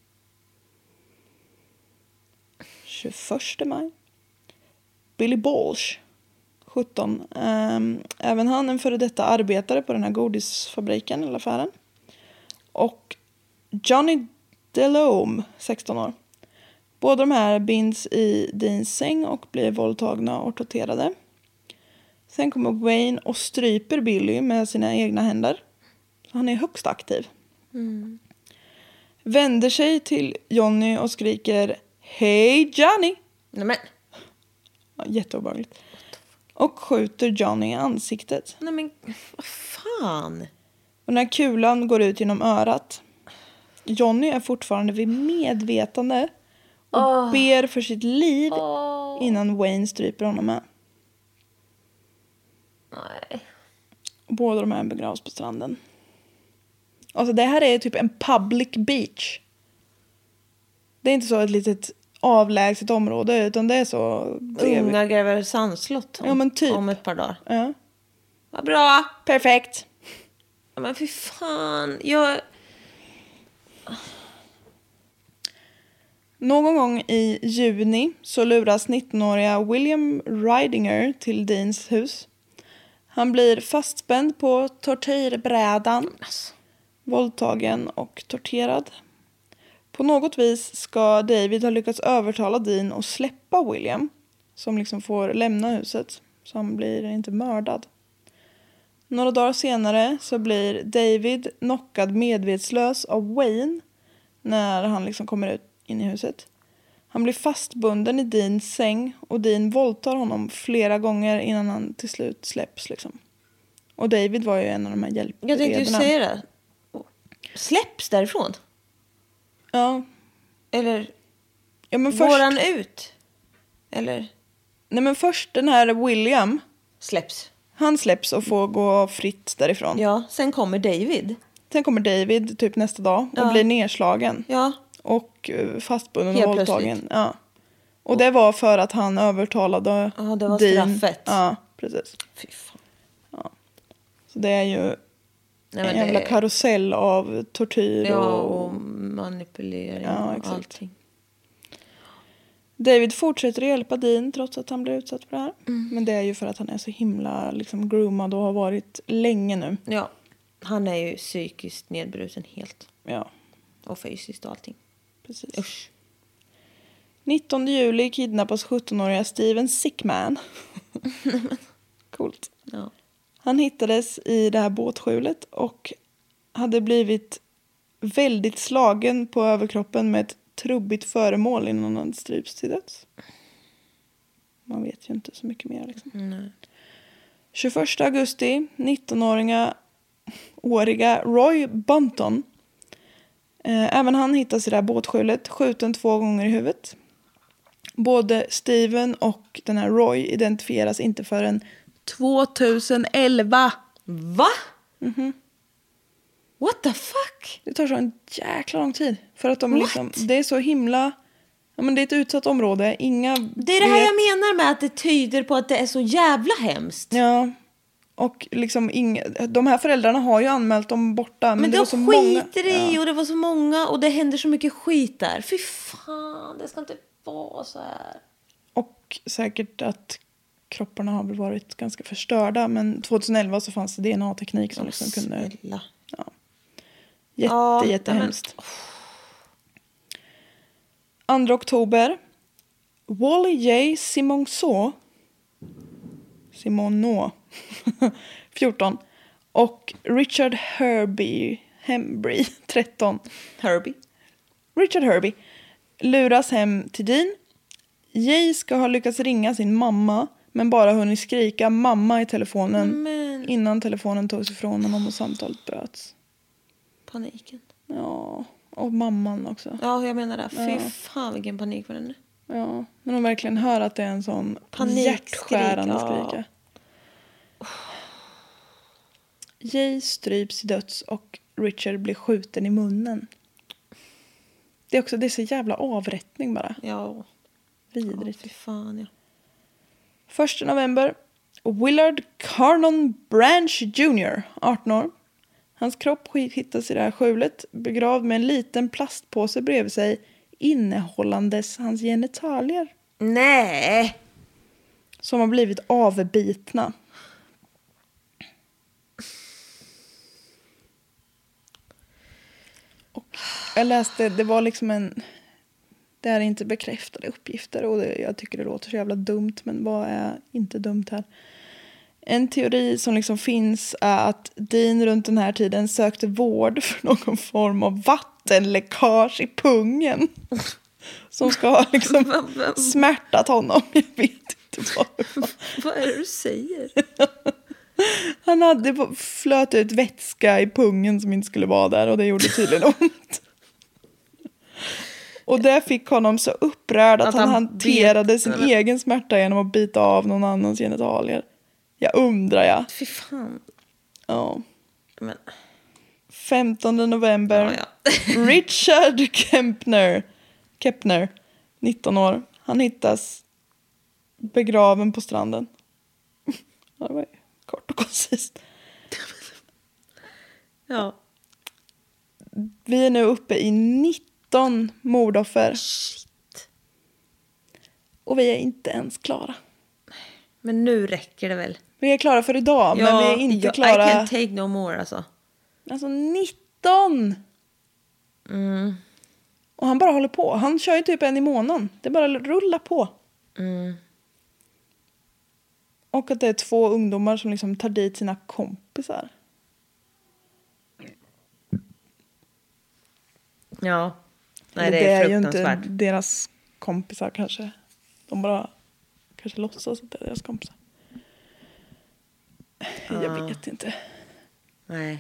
tjugoförsta maj. Billy Balch, sjutton. Ähm, även han en före detta arbetare på den här godisfabriken eller affären. Och Johnny Delhomme, sexton år. Båda de här binds i Deans säng och blir våldtagna och torterade. Sen kommer Wayne och stryper Billy med sina egna händer. Han är högst aktiv. Mm. Vänder sig till Johnny och skriker Hej Johnny! Nämen. Ja, jätteobehagligt. Och skjuter Johnny i ansiktet. Nej men, vad fan? Och den här kulan går ut genom örat. Johnny är fortfarande vid medvetande och oh. ber för sitt liv oh. innan Wayne stryper honom med. Nej. Båda de här begravs på stranden. Alltså det här är typ en public beach. Det är inte så ett litet avlägset område utan det är så... Unga gräver sandslott om, ja, men typ. om ett par dagar. Ja. Vad bra. Perfekt. Ja, men fy fan. Jag... Någon gång i juni så luras nittonåriga William Ridinger till Deans hus. Han blir fastspänd på tortyrbrädan, våldtagen och torterad. På något vis ska David ha lyckats övertala Dean att släppa William, som liksom får lämna huset, så han blir inte mördad. Några dagar senare så blir David knockad medvetslös av Wayne när han liksom kommer ut in i huset. Han blir fastbunden i Deans säng och Dean våldtar honom flera gånger innan han till slut släpps liksom. Och David var ju en av de här hjälpredarna. Jag tänkte ju säga det. Släpps därifrån? Ja. Eller ja, men först... går han ut? Eller? Nej men först den här William släpps. Han släpps och får gå fritt därifrån. Ja, sen kommer David. Sen kommer David typ nästa dag och ja. blir nedslagen. Ja. Och fastbunden helt och våldtagen. Ja. Och, och det var för att han övertalade ja, det var Dean. Straffet. Ja, precis. Fy fan. Ja. Så det är ju Nej, en jävla det... karusell av tortyr ja, och... och manipulering ja, och exakt. allting. David fortsätter att hjälpa Dean trots att han blir utsatt för det här. Mm. Men det är ju för att han är så himla liksom, groomad och har varit länge nu. Ja, han är ju psykiskt nedbruten helt. Ja. Och fysiskt och allting. Precis. Usch. nittonde juli kidnappas sjuttonåriga Steven Sickman. Coolt. Ja. Han hittades i det här båtskjulet och hade blivit väldigt slagen på överkroppen med ett trubbigt föremål innan han stryps till döds. Man vet ju inte så mycket mer. Liksom. Nej. tjugoförsta augusti, nittonåriga åriga Roy Bunton. Eh, även han hittas i det här båtskjulet, skjuten två gånger i huvudet. Både Steven och den här Roy identifieras inte förrän tjugoelva. Va? Mhm. What the fuck? Det tar så en jäkla lång tid. För att de What? liksom, det är så himla... Ja, men det är ett utsatt område. Inga det är det här vet... jag menar med att det tyder på att det är så jävla hemskt. Ja. Och liksom inga... de här föräldrarna har ju anmält dem borta. Men, men det de var så många... skiter i ja. Och det var så många. Och det händer så mycket skit där. Fy fan, det ska inte vara så här. Och säkert att kropparna har väl varit ganska förstörda. Men tjugoelva så fanns det D N A-teknik som liksom kunde... Snälla. Ja. Jätte, Ja, jättehemskt. Men... andra oktober. Wally J. Simonceau. Simoneau. fjorton. Och Richard Herbie. Hembry. tretton. Herbie. Richard Herbie. Luras hem till Dean. Jay ska ha lyckats ringa sin mamma. Men bara hunnit skrika mamma i telefonen. Men... innan telefonen togs ifrån honom och samtalet bröts. Paniken. Ja, och mamman också. Ja, jag menar det. Fy Ja. fan vilken panik var det nu. Ja, men hon verkligen hör att det är en sån Panikskrik, hjärtskärande ja. skrika. Jay stryps i döds och Richard blir skjuten i munnen. Det är också, det är så jävla avrättning bara. Ja. Vidrigt. Ja, fy fan, ja. första november. Willard Carnon Branch junior, arton år. Hans kropp hittas i det här skjulet, begravd med en liten plastpåse bredvid sig, innehållandes hans genitalier. Nej! Som har blivit avbitna. Och jag läste, det var liksom en... Det är inte bekräftade uppgifter och det, jag tycker det låter så jävla dumt, men vad är inte dumt här? En teori som liksom finns är att Dean runt den här tiden sökte vård för någon form av vattenläckage i pungen. Som ska ha liksom smärtat honom. Jag vet inte vad det var. Vad är det du säger? Han hade flöt ut vätska i pungen som inte skulle vara där och det gjorde tydligen ont. Och det fick honom så upprörd att, att han, han hanterade bet, sin eller... egen smärta genom att bita av någon annans genitalier. Jag undrar jag. Fy fan. Ja. Men... femtonde november. Ja, ja. Richard Kempner. Kepner. nitton år. Han hittas begraven på stranden. Ja, det var kort och koncist. Ja. Vi är nu uppe i nitton mordoffer. Shit. Och vi är inte ens klara. Men nu räcker det väl? Vi är klara för idag, ja, men vi är inte ja, klara. I can't take no more, alltså. Alltså nitton! Mm. Och han bara håller på. Han kör ju typ en i månaden. Det bara rullar på. Mm. Och att det är två ungdomar som liksom tar dit sina kompisar. Ja. Nej, det, det är, är ju fruktansvärt. inte deras kompisar kanske. De bara kanske låtsas att det är deras kompisar. Uh. Jag vet inte. Nej.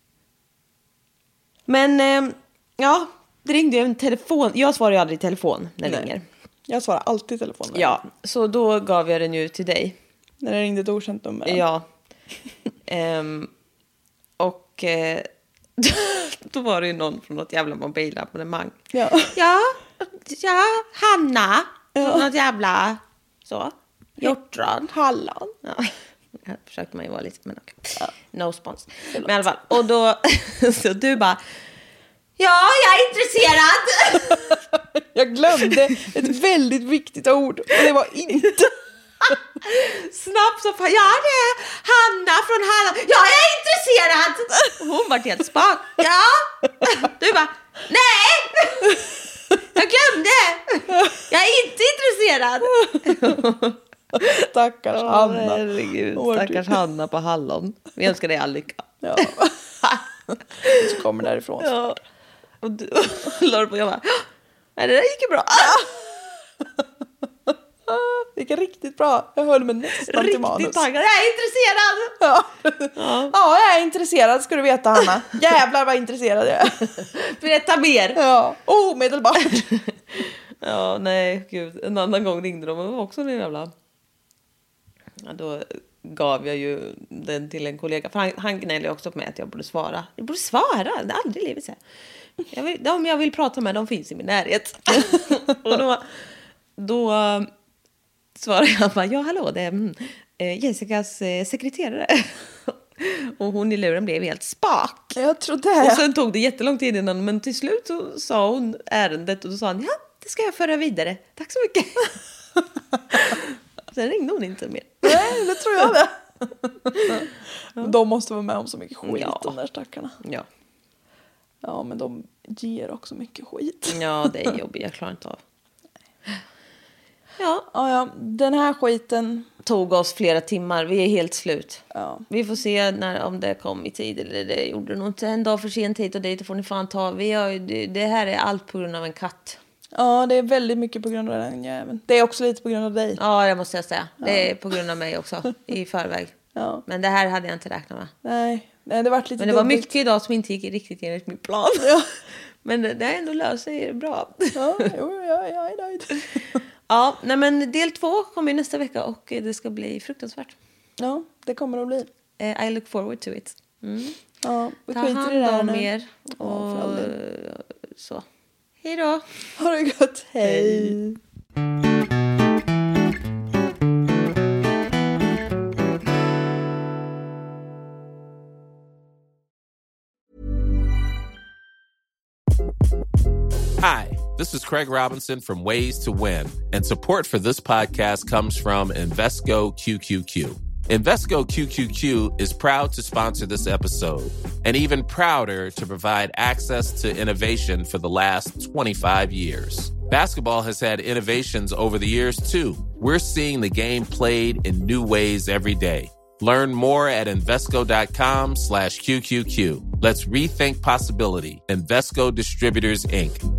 Men, eh, ja, det ringde ju en telefon. Jag svarar ju aldrig i telefon när det Nej. ringer. Jag svarar alltid i telefon. Ja, så då gav jag den ju till dig. När det ringde ett okänt nummer. Ja. um, och eh, då var det ju någon från något jävla mobilabonnemang. Ja. Ja, ja Hanna. Ja. Från något jävla så. Hjortron. Hallon. Ja. Här försökte man ju vara lite, men okej. Ja. No spons. Men i alla fall. Och då, så du bara, ja, jag är intresserad. Jag glömde ett väldigt viktigt ord. Och det var inte. Snabbt så fan, ja det är Hanna från Halland. Ja, jag är intresserad. Och hon var helt span. Ja. Du bara, nej. Jag glömde. Jag är inte intresserad. Stackars Hanna. Oh, herregud, stackars Hanna på Hallon. Vi önskar dig all lycka. Ja. Så kommer därifrån. Ja. Och du lade på och jag bara, nej, det där gick ju bra. Det gick riktigt bra. Jag hörde mig nästan till manus. Riktigt taggad. Jag är intresserad. Ja. Ja. Ja, jag är intresserad, ska du veta, Hanna. Jävlar vad intresserad jag är. Berätta mer. Ja, omedelbart. Ja, nej, gud. En annan gång ringde de och det var också en jävla... Ja, då gav jag ju den till en kollega. För han, han gnällde också på mig att jag borde svara. Jag borde svara, det är aldrig i livet så här. Jag vill, de jag vill prata med, de finns i min närhet. Och då, då svarade jag bara, ja hallå, det är mm, Jessicas eh, sekreterare. Och hon i luren blev helt spak. Jag trodde det. Och sen tog det jättelång tid innan, men till slut så sa hon ärendet och då sa hon, ja, det ska jag föra vidare. Tack så mycket. Sen ringde hon inte mer. Nej, det tror jag det. De måste vara med om så mycket skit, Ja. de där stackarna. Ja. Ja, men de ger också mycket skit. Ja, det är jobbigt. Jag klarar inte av. Ja. Ja, ja, den här skiten Tog oss flera timmar. Vi är helt slut. Ja. Vi får se när, om det kom i tid. Eller det gjorde nog inte en dag för sent hit och dit. Det får ni fan ta. Vi har, ju- det, det här är allt på grund av en katt. Ja, det är väldigt mycket på grund av den jäveln. Det är också lite på grund av dig. Ja, det måste jag säga. Det är på grund av mig också. I förväg. Ja. Men det här hade jag inte räknat med. Nej, nej det vart lite Men det var dubbelt. mycket idag som inte gick riktigt enligt min plan. Ja. Men det, det är ändå löst sig bra. Ja, jo, jag, jag är nöjd. Ja, nej, men del två kommer nästa vecka och det ska bli fruktansvärt. Ja, det kommer att bli. Eh, I look forward to it. Mm. Ja, vi Ta skiter i det hand här om nu. er. Ja, för Och all del. så. Hej då. Ha det gott. Hej. Hi, this is Craig Robinson from Ways to Win, and support for this podcast comes from Invesco Q Q Q. Invesco Q Q Q is proud to sponsor this episode, and even prouder to provide access to innovation for the last twenty-five years. Basketball has had innovations over the years, too. We're seeing the game played in new ways every day. Learn more at Invesco.com slash QQQ. Let's rethink possibility. Invesco Distributors, Incorporated.